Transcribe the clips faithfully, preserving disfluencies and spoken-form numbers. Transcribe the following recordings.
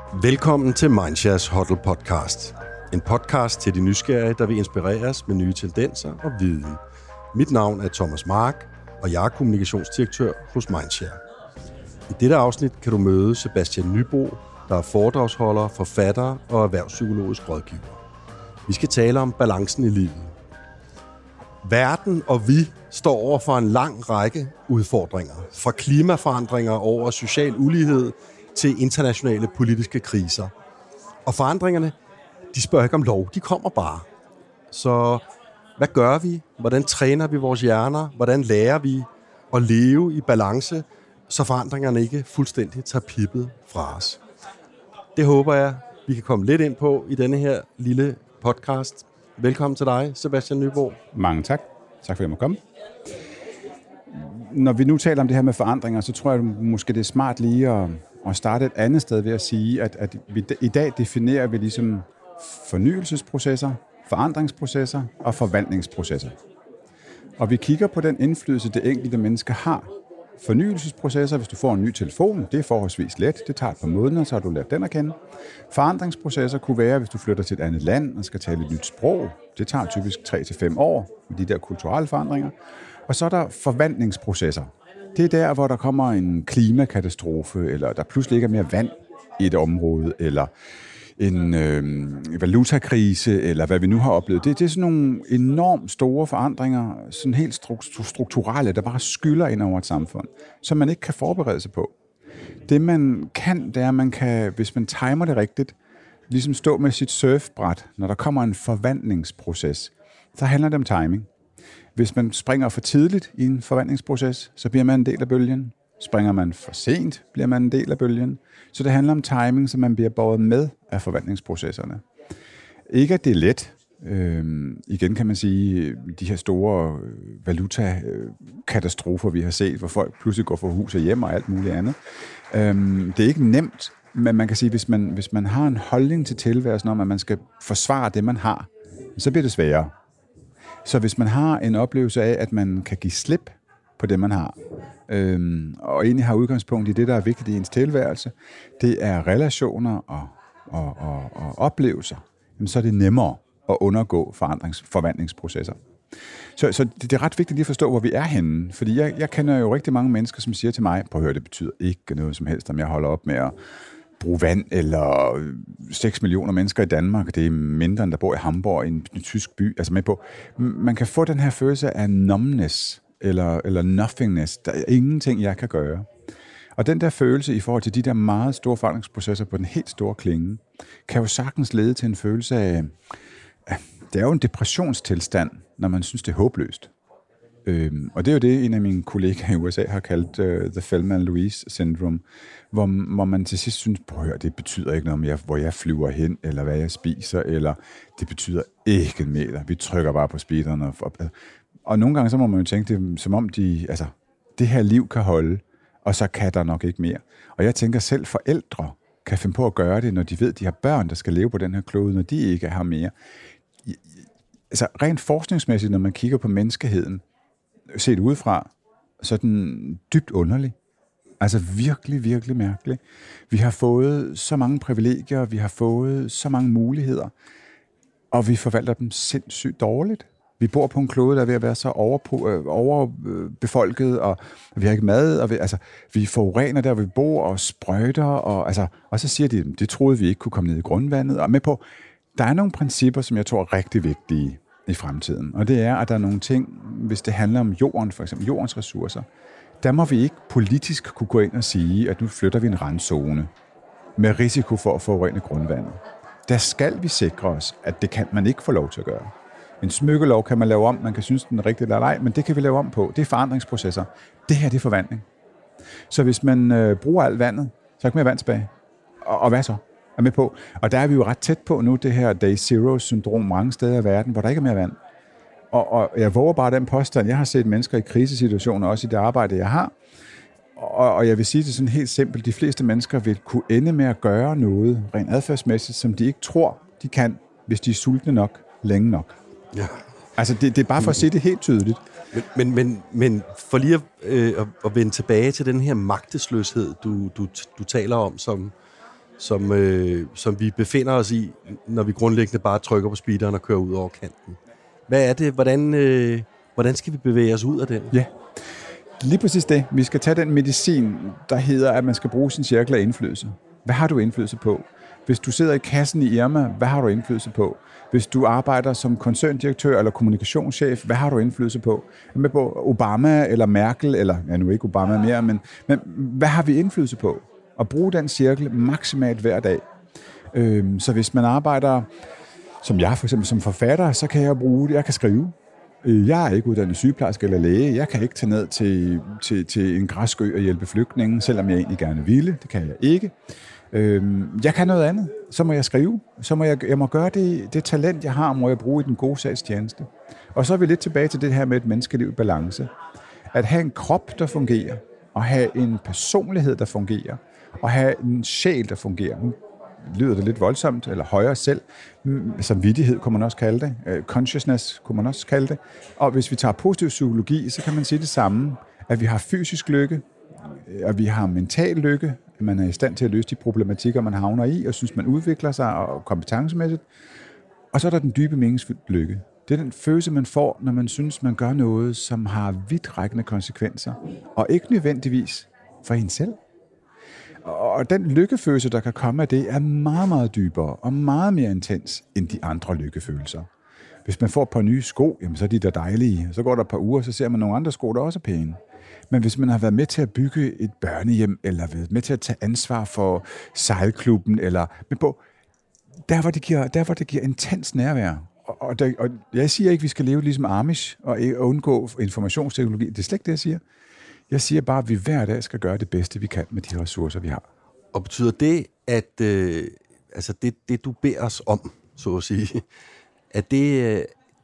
Velkommen til Mindshares Huddle podcast. En podcast til de nysgerrige, der vil inspireres med nye tendenser og viden. Mit navn er Thomas Mark, og jeg er kommunikationsdirektør hos Mindshare. I dette afsnit kan du møde Sebastian Nybo, der er foredragsholder, forfatter og erhvervspsykologisk rådgiver. Vi skal tale om balancen i livet. Verden og vi står over for en lang række udfordringer. Fra klimaforandringer over social ulighed til internationale politiske kriser. Og forandringerne, de spørger ikke om lov, de kommer bare. Så hvad gør vi? Hvordan træner vi vores hjerner? Hvordan lærer vi at leve i balance, så forandringerne ikke fuldstændig tager pippet fra os? Det håber jeg, vi kan komme lidt ind på i denne her lille podcast. Velkommen til dig, Sebastian Nybo. Mange tak. Tak for, at jeg må komme. Når vi nu taler om det her med forandringer, så tror jeg måske, det er smart lige at, at starte et andet sted ved at sige, at, at vi i dag definerer vi ligesom fornyelsesprocesser, forandringsprocesser og forvandlingsprocesser. Og vi kigger på den indflydelse, det enkelte menneske har. Fornyelsesprocesser, hvis du får en ny telefon, det er forholdsvis let. Det tager et par måneder, så har du lært den at kende. Forandringsprocesser kunne være, hvis du flytter til et andet land og skal tale et nyt sprog. Det tager typisk tre til fem år med de der kulturelle forandringer. Og så er der forvandlingsprocesser. Det er der, hvor der kommer en klimakatastrofe, eller der pludselig ikke er mere vand i et område, eller en øh, valutakrise, eller hvad vi nu har oplevet. Det, det er sådan nogle enormt store forandringer, sådan helt strukturelle, der bare skylder ind over et samfund, som man ikke kan forberede sig på. Det man kan, det er, at man kan, hvis man timer det rigtigt, ligesom stå med sit surfbræt, når der kommer en forvandlingsproces, så handler det om timing. Hvis man springer for tidligt i en forvandlingsproces, så bliver man en del af bølgen. Springer man for sent, bliver man en del af bølgen. Så det handler om timing, så man bliver båret med af forvandlingsprocesserne. Ikke at det er let. Øhm, igen kan man sige, de her store valutakatastrofer, vi har set, hvor folk pludselig går fra hus og hjem og alt muligt andet. Øhm, det er ikke nemt, men man kan sige, hvis man, hvis man har en holdning til tilværelsen om, at man skal forsvare det, man har, så bliver det sværere. Så hvis man har en oplevelse af, at man kan give slip på det, man har, øhm, og egentlig har udgangspunkt i det, der er vigtigt i ens tilværelse, det er relationer og, og, og, og oplevelser, jamen, så er det nemmere at undergå forandrings- forvandlingsprocesser. Så, så det, det er ret vigtigt lige at forstå, hvor vi er henne, fordi jeg, jeg kender jo rigtig mange mennesker, som siger til mig, prøv at høre, det betyder ikke noget som helst, om jeg holder op med at bruge vand, eller seks millioner mennesker i Danmark, det er mindre, end der bor i Hamburg, i en, en tysk by, altså med på. Man kan få den her følelse af numbness, eller, eller nothingness, der er ingenting, jeg kan gøre. Og den der følelse i forhold til de der meget store forandringsprocesser på den helt store klinge, kan jo sagtens lede til en følelse af, det er jo en depressionstilstand, når man synes, det er håbløst. Øhm, og det er jo det, en af mine kollegaer i U S A har kaldt uh, The Thelma and Louise syndrome, hvor, hvor man til sidst synes, prøv at høre, det betyder ikke noget om, jeg, hvor jeg flyver hen, eller hvad jeg spiser, eller det betyder ikke en meter. Vi trykker bare på speederen. Og, og, og nogle gange så må man jo tænke det, som om de, altså, det her liv kan holde, og så kan der nok ikke mere. Og jeg tænker, selv forældre kan finde på at gøre det, når de ved, de har børn, der skal leve på den her klode, når de ikke har mere. Altså rent forskningsmæssigt, når man kigger på menneskeheden, set udefra, så er den dybt underlig. Altså virkelig, virkelig mærkelig. Vi har fået så mange privilegier, vi har fået så mange muligheder, og vi forvalter dem sindssygt dårligt. Vi bor på en klode, der er ved at være så overbefolket, og vi har ikke mad, og vi, altså, vi forurener der, hvor vi bor, og sprøjter, og, altså, og så siger de, det troede vi ikke kunne komme ned i grundvandet, og med på, der er nogle principper, som jeg tror er rigtig vigtige i fremtiden, og det er, at der er nogle ting, hvis det handler om jorden, for eksempel jordens ressourcer, der må vi ikke politisk kunne gå ind og sige, at nu flytter vi en randzone med risiko for at forurene grundvandet. Der skal vi sikre os, at det kan man ikke få lov til at gøre. En smykkelov kan man lave om, man kan synes, den er rigtig eller ej, men det kan vi lave om på. Det er forandringsprocesser. Det her, det er forvandling. Så hvis man øh, bruger alt vandet, så er der ikke mere vand tilbage. Og, og hvad så? Er med på. Og der er vi jo ret tæt på nu, det her Day Zero-syndrom mange steder i verden, hvor der ikke er mere vand. Og, og jeg våger bare den påstand. Jeg har set mennesker i krisesituationer, også i det arbejde, jeg har. Og, og jeg vil sige det sådan helt simpelt. De fleste mennesker vil kunne ende med at gøre noget, rent adfærdsmæssigt, som de ikke tror, de kan, hvis de er sultne nok, længe nok. Ja. Altså, det, det er bare for at se det helt tydeligt. Men, men, men, men for lige at, øh, at vende tilbage til den her magtesløshed, du, du, du taler om, som, som, øh, som vi befinder os i, når vi grundlæggende bare trykker på speederen og kører ud over kanten. Hvad er det? Hvordan, øh, hvordan skal vi bevæge os ud af den? Ja, lige præcis det. Vi skal tage den medicin, der hedder, at man skal bruge sin cirkel af indflydelse. Hvad har du indflydelse på? Hvis du sidder i kassen i Irma, hvad har du indflydelse på? Hvis du arbejder som koncerndirektør eller kommunikationschef, hvad har du indflydelse på? Med på Obama eller Merkel, eller ja, nu ikke Obama mere, men, men hvad har vi indflydelse på? Og bruge den cirkel maksimalt hver dag. Øhm, så hvis man arbejder, som jeg for eksempel som forfatter, så kan jeg bruge det, jeg kan skrive. Jeg er ikke uddannet sygeplejerske eller læge. Jeg kan ikke tage ned til, til, til en græsk ø og hjælpe flygtninge, selvom jeg egentlig gerne ville. Det kan jeg ikke. Jeg kan noget andet. Så må jeg skrive. Så må jeg, jeg må gøre det, det talent, jeg har, må jeg bruge i den gode sags tjeneste. Og så er vi lidt tilbage til det her med et menneskeliv i balance. At have en krop, der fungerer, og have en personlighed, der fungerer, og have en sjæl, der fungerer. Nu lyder det lidt voldsomt, eller højere selv. Samvittighed kunne man også kalde det. Consciousness kunne man også kalde det. Og hvis vi tager positiv psykologi, så kan man sige det samme. At vi har fysisk lykke, at vi har mental lykke, at man er i stand til at løse de problematikker, man havner i, og synes, man udvikler sig og kompetencemæssigt. Og så er der den dybe meningsfulde lykke. Det er den følelse, man får, når man synes, man gør noget, som har vidtrækkende konsekvenser, og ikke nødvendigvis for en selv. Og den lykkefølelse, der kan komme af det, er meget, meget dybere og meget mere intens end de andre lykkefølelser. Hvis man får et par nye sko, jamen så er de der dejlige. Så går der et par uger, så ser man nogle andre sko, der også er pæne. Men hvis man har været med til at bygge et børnehjem, eller været med til at tage ansvar for sejlklubben, eller men på, der hvor det giver, der hvor det giver intens nærvær. Og, og, der, og jeg siger ikke, at vi skal leve ligesom Amish og undgå informationsteknologi. Det er slet ikke det, jeg siger. Jeg siger bare, at vi hver dag skal gøre det bedste, vi kan med de ressourcer, vi har. Og betyder det, at øh, altså det, det, du beder os om, så at sige, at det øh,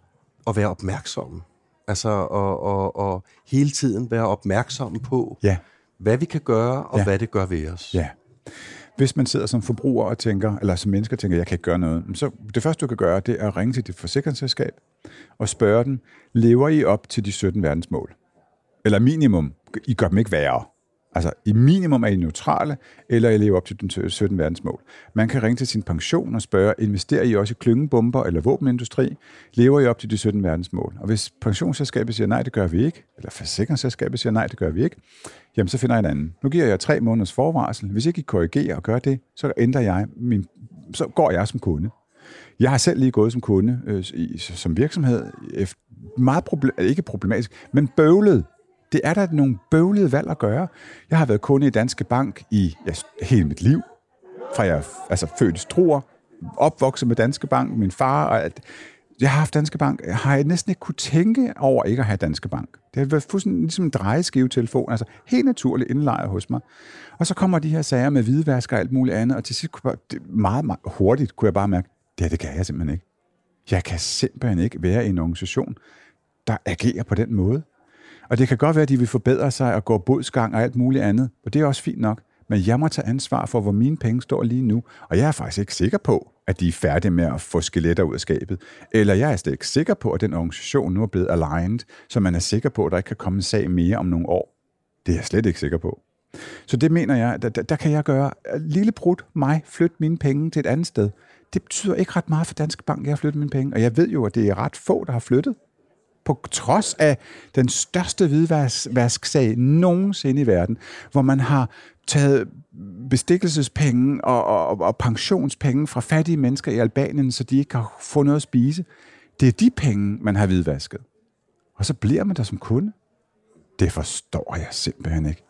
at være opmærksomme? Altså og, og, og hele tiden være opmærksomme på, ja. hvad vi kan gøre, og ja. hvad det gør ved os. Ja. Hvis man sidder som forbruger og tænker, eller som mennesker tænker, jeg kan ikke gøre noget, så det første, du kan gøre, det er at ringe til dit forsikringsselskab og spørge dem, lever I op til de sytten verdensmål? Eller minimum, I gør dem ikke værre. Altså, i minimum er I neutrale, eller I lever op til de sytten verdensmål. Man kan ringe til sin pension og spørge, investerer I også i klyngebomber eller våbenindustri? Lever I op til de sytten verdensmål? Og hvis pensionsselskabet siger, nej, det gør vi ikke, eller forsikringsselskabet siger, nej, det gør vi ikke, jamen så finder jeg en anden. Nu giver jeg tre måneders forvarsel. Hvis ikke I korrigerer og gør det, så ændrer jeg min, så går jeg som kunde. Jeg har selv lige gået som kunde øh, i, som virksomhed. Meget problem, ikke problematisk, men bøvlet. Det er der nogle bøvlede valg at gøre. Jeg har været kunde i Danske Bank i ja, hele mit liv. Fra jeg altså født i Struer, opvokset med Danske Bank, min far og alt. Jeg har haft Danske Bank. Jeg har næsten ikke kunne tænke over ikke at have Danske Bank. Det har været fuldstændig ligesom en drejeskivetelefon, altså helt naturligt indlejret hos mig. Og så kommer de her sager med hvidvask og alt muligt andet, og til sidst kunne jeg, meget, meget hurtigt kunne jeg bare mærke, det, det kan jeg simpelthen ikke. Jeg kan simpelthen ikke være i en organisation, der agerer på den måde. Og det kan godt være, at de vil forbedre sig og gå bodsgang og alt muligt andet, og det er også fint nok. Men jeg må tage ansvar for, hvor mine penge står lige nu. Og jeg er faktisk ikke sikker på, at de er færdige med at få skeletter ud af skabet. Eller jeg er slet ikke sikker på, at den organisation nu er blevet aligned, så man er sikker på, at der ikke kan komme en sag mere om nogle år. Det er jeg slet ikke sikker på. Så det mener jeg, der, der kan jeg gøre lille brud mig, flytte mine penge til et andet sted. Det betyder ikke ret meget for Danske Bank, at jeg har flyttet mine penge. Og jeg ved jo, at det er ret få, der har flyttet. På trods af den største hvidvasksag nogensinde i verden, hvor man har taget bestikkelsespenge og, og, og pensionspenge fra fattige mennesker i Albanien, så de ikke kan få noget at spise. Det er de penge, man har hvidvasket. Og så bliver man der som kunde. Det forstår jeg simpelthen ikke.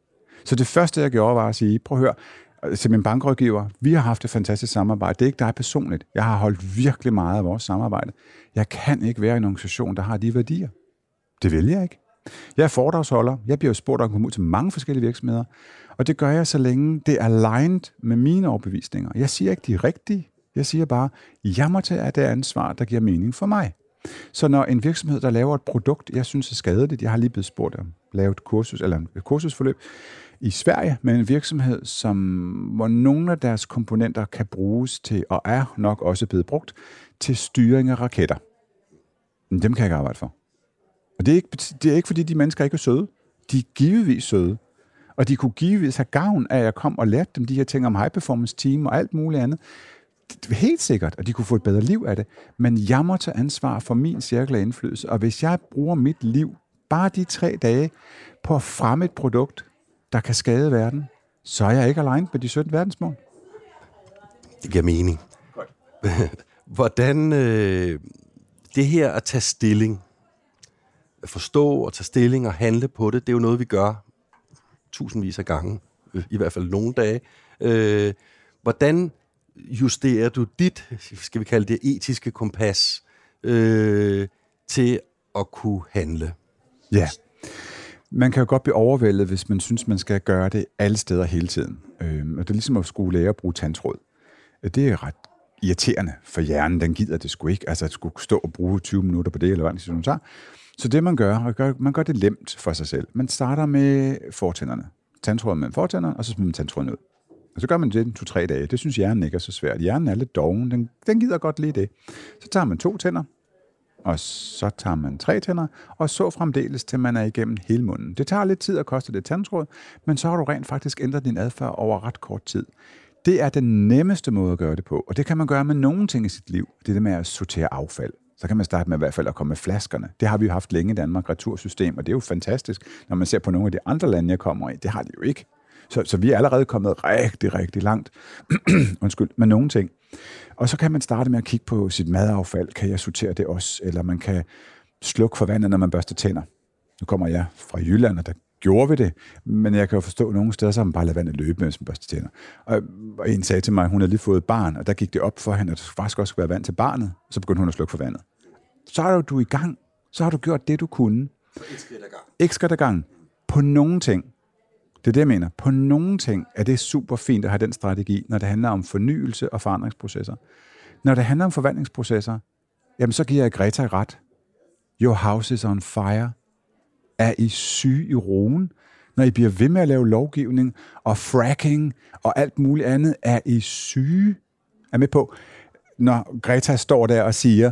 Så det første, jeg gjorde, var at sige, prøv at høre, til min bankrådgiver, vi har haft et fantastisk samarbejde. Det er ikke dig personligt. Jeg har holdt virkelig meget af vores samarbejde. Jeg kan ikke være i en organisation, der har de værdier. Det vil jeg ikke. Jeg er foredragsholder. Jeg bliver jo spurgt om at komme ud til mange forskellige virksomheder. Og det gør jeg, så længe det er aligned med mine overbevisninger. Jeg siger ikke, de er rigtige. Jeg siger bare, jeg må tage af det ansvar, der giver mening for mig. Så når en virksomhed, der laver et produkt, jeg synes er skadeligt, jeg har lige blevet spurgt om, lavet et kursus, eller et kursusforløb, i Sverige med en virksomhed, som, hvor nogle af deres komponenter kan bruges til, og er nok også blevet brugt, til styring af raketter. Men dem kan jeg ikke arbejde for. Og det er ikke, det er ikke fordi de mennesker ikke er søde. De er givetvis søde. Og de kunne givetvis have gavn af, at jeg kom og lærte dem de her ting om high performance team og alt muligt andet. Det er helt sikkert, og de kunne få et bedre liv af det. Men jeg må tage ansvar for min cirkel af indflydelse, og hvis jeg bruger mit liv, bare de tre dage, på at fremme et produkt, der kan skade verden, så er jeg ikke alene med de sytten verdensmål. Det giver mening. Hvordan øh, det her at tage stilling, at forstå og tage stilling og handle på det, det er jo noget, vi gør tusindvis af gange, i hvert fald nogle dage. Øh, hvordan justerer du dit, skal vi kalde det, etiske kompas øh, til at kunne handle? Ja. Man kan jo godt blive overvældet, hvis man synes, man skal gøre det alle steder hele tiden. Øh, og det er ligesom at skulle lære at bruge tandtråd. Det er ret irriterende for hjernen. Den gider det sgu ikke. Altså at skulle stå og bruge tyve minutter på det, eller hvad det tager. Så det man gør, man gør det nemt for sig selv. Man starter med fortænderne. Tandtråden med fortænderne, og så smider man tandtråden ud. Og så gør man det to-tre dage. Det synes hjernen ikke er så svært. Hjernen er lidt doven. Den, den gider godt lige det. Så tager man to tænder, og så tager man tre tænder, og så fremdeles, til man er igennem hele munden. Det tager lidt tid og koster lidt tandtråd, men så har du rent faktisk ændret din adfærd over ret kort tid. Det er den nemmeste måde at gøre det på, og det kan man gøre med nogle ting i sit liv. Det er det med at sortere affald. Så kan man starte med i hvert fald at komme med flaskerne. Det har vi jo haft længe i Danmark, retursystem, og det er jo fantastisk, når man ser på nogle af de andre lande, jeg kommer i. Det har de jo ikke. Så, så vi er allerede kommet rigtig, rigtig langt. Undskyld, med nogle ting. Og så kan man starte med at kigge på sit madaffald. Kan jeg sortere det også? Eller man kan slukke for vandet, når man børster tænder. Nu kommer jeg fra Jylland, og der gjorde vi det. Men jeg kan jo forstå, at nogle steder, så har man bare ladet vandet løbe, mens man børster tænder. Og, og en sagde til mig, at hun havde lige fået et barn, og der gik det op for hende, at der faktisk også skulle være vand til barnet. Så begyndte hun at slukke for vandet. Så er du i gang. Så har du gjort det, du kunne. Et skridt ad gang. Et skridt ad gang. På nogle ting. Det er det, jeg mener. På nogle ting er det super fint at have den strategi, når det handler om fornyelse og forandringsprocesser. Når det handler om forvandlingsprocesser, jamen så giver jeg Greta ret. Your house is on fire. Er I syge i roen? Når I bliver ved med at lave lovgivning og fracking og alt muligt andet, er I syge? Er med på? Når Greta står der og siger,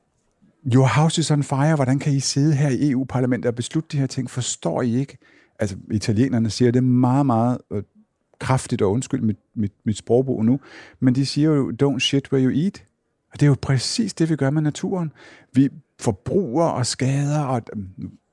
your house is on fire, hvordan kan I sidde her i E U-parlamentet og beslutte de her ting? Forstår I ikke? Altså, italienerne siger det meget, meget øh, kraftigt, og undskyld mit, mit, mit sprogbrug nu, men de siger jo, don't shit where you eat. Og det er jo præcis det, vi gør med naturen. Vi forbruger og skader, og øh,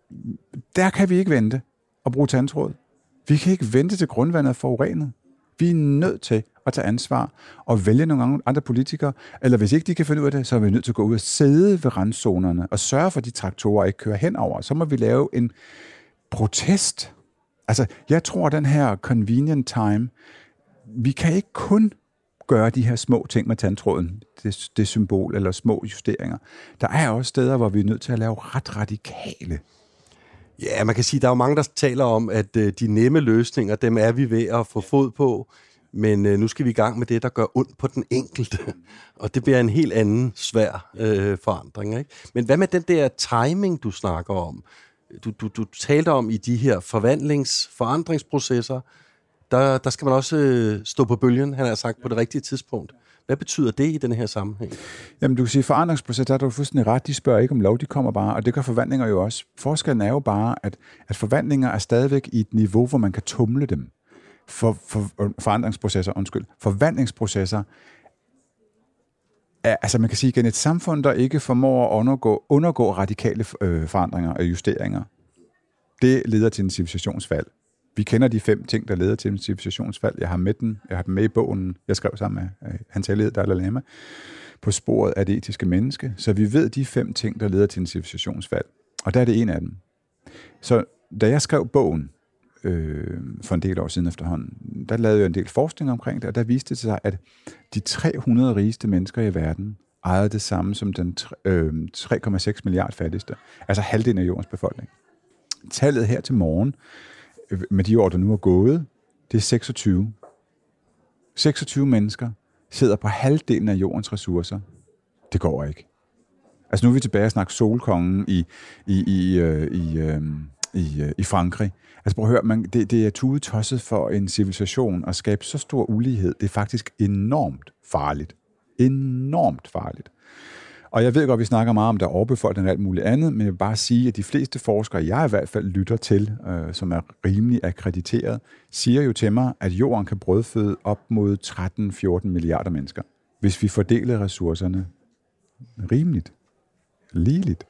der kan vi ikke vente at bruge tandtråd. Vi kan ikke vente til grundvandet er forurenet. Vi er nødt til at tage ansvar og vælge nogle andre politikere, eller hvis ikke de kan finde ud af det, så er vi nødt til at gå ud og sidde ved randzonerne og sørge for, at de traktorer ikke kører henover. Så må vi lave en protest. Altså, jeg tror, den her convenient time, vi kan ikke kun gøre de her små ting med tandtråden, det, det symbol eller små justeringer. Der er også steder, hvor vi er nødt til at lave ret radikale. Ja, man kan sige, der er jo mange, der taler om, at øh, de nemme løsninger, dem er vi ved at få fod på, men øh, nu skal vi i gang med det, der gør ondt på den enkelte, og det bliver en helt anden svær øh, forandring, ikke? Men hvad med den der timing, du snakker om? Du, du, du talte om i de her forvandlings-, forandringsprocesser, der, der skal man også øh, stå på bølgen, han har sagt, på det rigtige tidspunkt. Hvad betyder det i den her sammenhæng? Jamen, du kan sige, forandringsproces, der er du fuldstændig ret. De spørger ikke om lov, de kommer bare, og det gør forvandlinger jo også. Forskellen er jo bare, at, at forvandlinger er stadigvæk i et niveau, hvor man kan tumle dem. For, for, forandringsprocesser, undskyld. Forvandlingsprocesser er, altså man kan sige igen, et samfund, der ikke formår at undergå, undergå radikale øh, forandringer og justeringer, det leder til en civilisationsfald. Vi kender de fem ting, der leder til en civilisationsfald. Jeg har med den, jeg har dem med i bogen, jeg skrev sammen med øh, Hans Hellighed Dalai Lama, på sporet af det etiske menneske. Så vi ved de fem ting, der leder til en civilisationsfald. Og der er det en af dem. Så da jeg skrev bogen, øh, for en del år siden efterhånden, der lavede jeg en del forskning omkring det, og der viste det sig, at de tre hundrede rigeste mennesker i verden ejede det samme som den øh, tre komma seks milliarder fattigste. Altså halvdelen af jordens befolkning. Tallet her til morgen, med de år, der nu er gået, det er seksogtyve. seksogtyve mennesker sidder på halvdelen af jordens ressourcer. Det går ikke. Altså nu er vi tilbage og snakke solkongen i, i, i, i, i, i, i Frankrig. Altså prøv at høre, man, det, det er tudetosset for en civilisation at skabe så stor ulighed. Det er faktisk enormt farligt. Enormt farligt. Og jeg ved godt, at vi snakker meget om, der er overbefolkning og alt muligt andet, men jeg vil bare sige, at de fleste forskere, jeg i hvert fald lytter til, øh, som er rimelig akkrediteret, siger jo til mig, at jorden kan brødføde op mod tretten til fjorten milliarder mennesker, hvis vi fordeler ressourcerne rimeligt, ligeligt.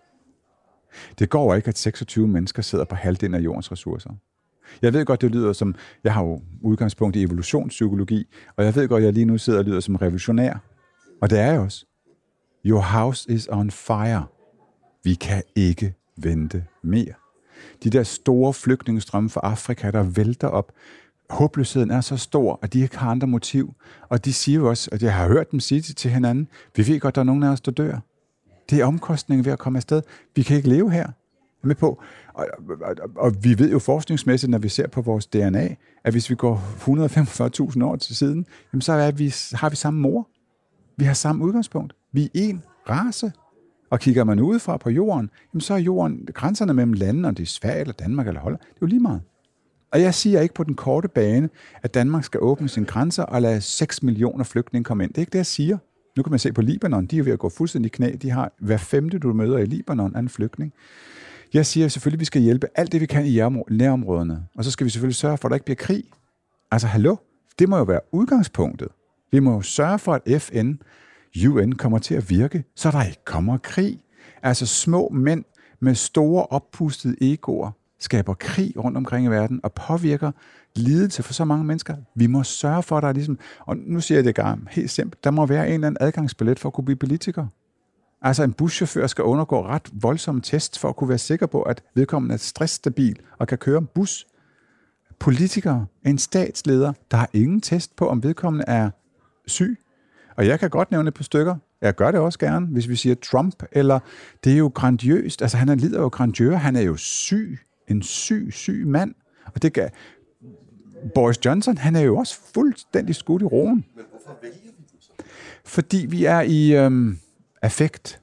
Det går ikke, at seksogtyve mennesker sidder på halvdelen af jordens ressourcer. Jeg ved godt, det lyder som, jeg har jo udgangspunkt i evolutionspsykologi, og jeg ved godt, at jeg lige nu sidder og lyder som revolutionær. Og det er jeg også. Your house is on fire. Vi kan ikke vente mere. De der store flygtningestrømme fra Afrika, der vælter op. Håbløsheden er så stor, at de ikke har andre motiv. Og de siger jo også, at jeg har hørt dem sige til hinanden, vi ved godt, der er nogen af os, der dør. Det er omkostningen ved at komme afsted. Vi kan ikke leve her. Med på. Og, og, og vi ved jo forskningsmæssigt, når vi ser på vores D N A, at hvis vi går et hundrede og femogfyrre tusind år til siden, jamen så er vi, har vi samme mor. Vi har samme udgangspunkt. Vi er en race. Og kigger man udefra på jorden, jamen så er jorden, grænserne mellem landene, om det er Sverige eller Danmark eller Holland, det er jo lige meget. Og jeg siger ikke på den korte bane, at Danmark skal åbne sine grænser og lade seks millioner flygtninge komme ind. Det er ikke det, jeg siger. Nu kan man se på Libanon, de er ved at gå fuldstændig knæ. De har hver femte, du møder i Libanon, er en flygtning. Jeg siger selvfølgelig, at vi skal hjælpe alt det, vi kan i nærområderne. Og så skal vi selvfølgelig sørge for, at der ikke bliver krig. Altså, hallo? Det må jo være udgangspunktet. Vi må jo sørge for, at F N, U N kommer til at virke, så der ikke kommer krig. Altså, små mænd med store oppustede egoer skaber krig rundt omkring i verden og påvirker lidelse for så mange mennesker. Vi må sørge for, at der er ligesom... Og nu siger jeg det gerne helt simpelt. Der må være en eller anden adgangsbillet for at kunne blive politiker. Altså en buschauffør skal undergå ret voldsomme tests for at kunne være sikker på, at vedkommende er stressstabil og kan køre en bus. Politikere, en statsleder, der har ingen test på, om vedkommende er syg. Og jeg kan godt nævne et par stykker. Jeg gør det også gerne, hvis vi siger Trump, eller det er jo grandiøst. Altså han er lider jo grandeur, han er jo syg. En syg, syg mand. Og det kan... Boris Johnson, han er jo også fuldstændig skudt i roen. Men hvorfor vælger vi det så? Fordi vi er i... Øhm, affekt.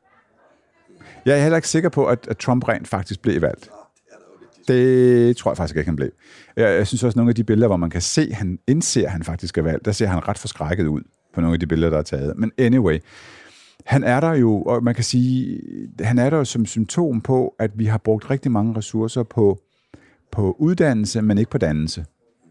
Jeg er heller ikke sikker på, at, at Trump rent faktisk blev valgt. Det tror jeg faktisk ikke, han blev. Jeg, jeg synes også, at nogle af de billeder, hvor man kan se, han indser, at han faktisk er valgt, der ser han ret forskrækket ud på nogle af de billeder, der er taget. Men anyway, han er der jo, og man kan sige, han er der jo som symptom på, at vi har brugt rigtig mange ressourcer på, på uddannelse, men ikke på dannelse.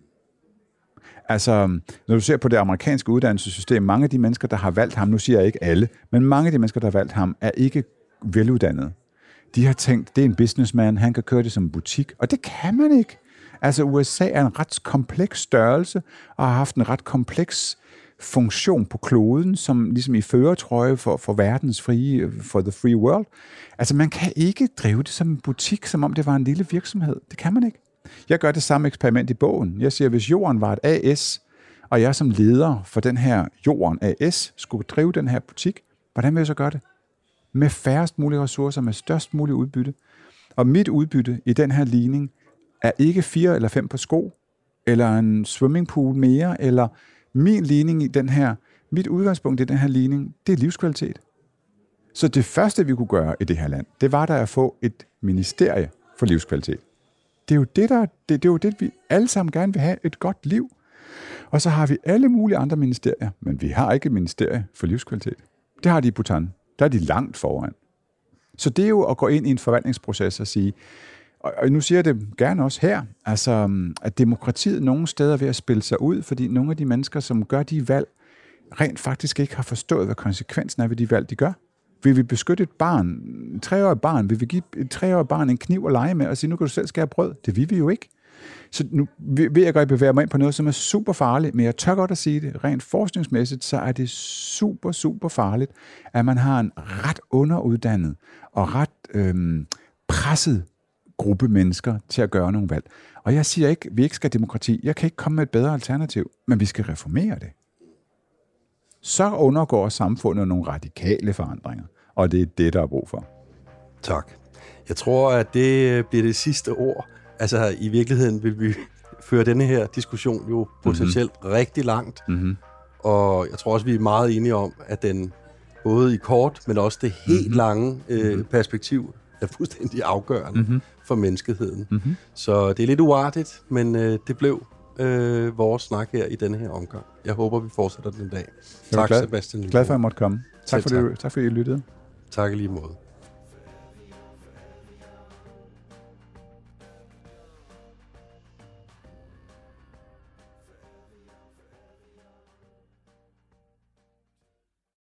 Altså, når du ser på det amerikanske uddannelsessystem, mange af de mennesker, der har valgt ham, nu siger jeg ikke alle, men mange af de mennesker, der har valgt ham, er ikke veluddannede. De har tænkt, det er en businessman, han kan køre det som butik, og det kan man ikke. Altså, U S A er en ret kompleks størrelse, og har haft en ret kompleks funktion på kloden, som ligesom i førertrøje for, for verdens frie, for the free world. Altså, man kan ikke drive det som en butik, som om det var en lille virksomhed. Det kan man ikke. Jeg gør det samme eksperiment i bogen. Jeg siger, hvis jorden var et A S, og jeg som leder for den her jorden A S skulle drive den her butik, hvordan vil jeg så gøre det? Med færrest mulige ressourcer, med størst mulig udbytte. Og mit udbytte i den her ligning er ikke fire eller fem på sko, eller en swimmingpool mere, eller min ligning i den her, mit udgangspunkt i den her ligning, det er livskvalitet. Så det første, vi kunne gøre i det her land, det var der at få et ministerie for livskvalitet. Det er jo det, der, det, det er jo det, vi alle sammen gerne vil have, et godt liv. Og så har vi alle mulige andre ministerier, men vi har ikke et ministerie for livskvalitet. Det har de i Bhutan. Der er de langt foran. Så det er jo at gå ind i en forvaltningsproces og sige, og nu siger jeg det gerne også her, altså at demokratiet nogle steder er ved at spille sig ud, fordi nogle af de mennesker, som gør de valg, rent faktisk ikke har forstået, hvad konsekvensen er ved de valg, de gør. Vil vi beskytte et barn, et treårigt barn, vil vi give et treårigt barn en kniv at lege med og sige, nu kan du selv skære brød? Det vil vi jo ikke. Så nu vil jeg godt bevæge mig ind på noget, som er super farligt, men jeg tør godt at sige det, rent forskningsmæssigt, så er det super, super farligt, at man har en ret underuddannet og ret øhm, presset gruppe mennesker til at gøre nogle valg. Og jeg siger ikke, at vi ikke skal have demokrati. Jeg kan ikke komme med et bedre alternativ, men vi skal reformere det. Så undergår samfundet nogle radikale forandringer, og det er det, der er brug for. Tak. Jeg tror, at det bliver det sidste ord. Altså, i virkeligheden vil vi føre denne her diskussion jo potentielt mm-hmm. rigtig langt, mm-hmm. og jeg tror også, vi er meget enige om, at den både i kort, men også det helt mm-hmm. lange øh, mm-hmm. perspektiv er fuldstændig afgørende mm-hmm. for menneskeheden. Mm-hmm. Så det er lidt uartigt, men øh, det blev øh, vores snak her i denne her omgang. Jeg håber, vi fortsætter den dag. Tak, glad, Sebastian. Glad for, at jeg måtte komme. Tak, Selv for tak. Det, tak fordi I lyttede. Tak i lige måde.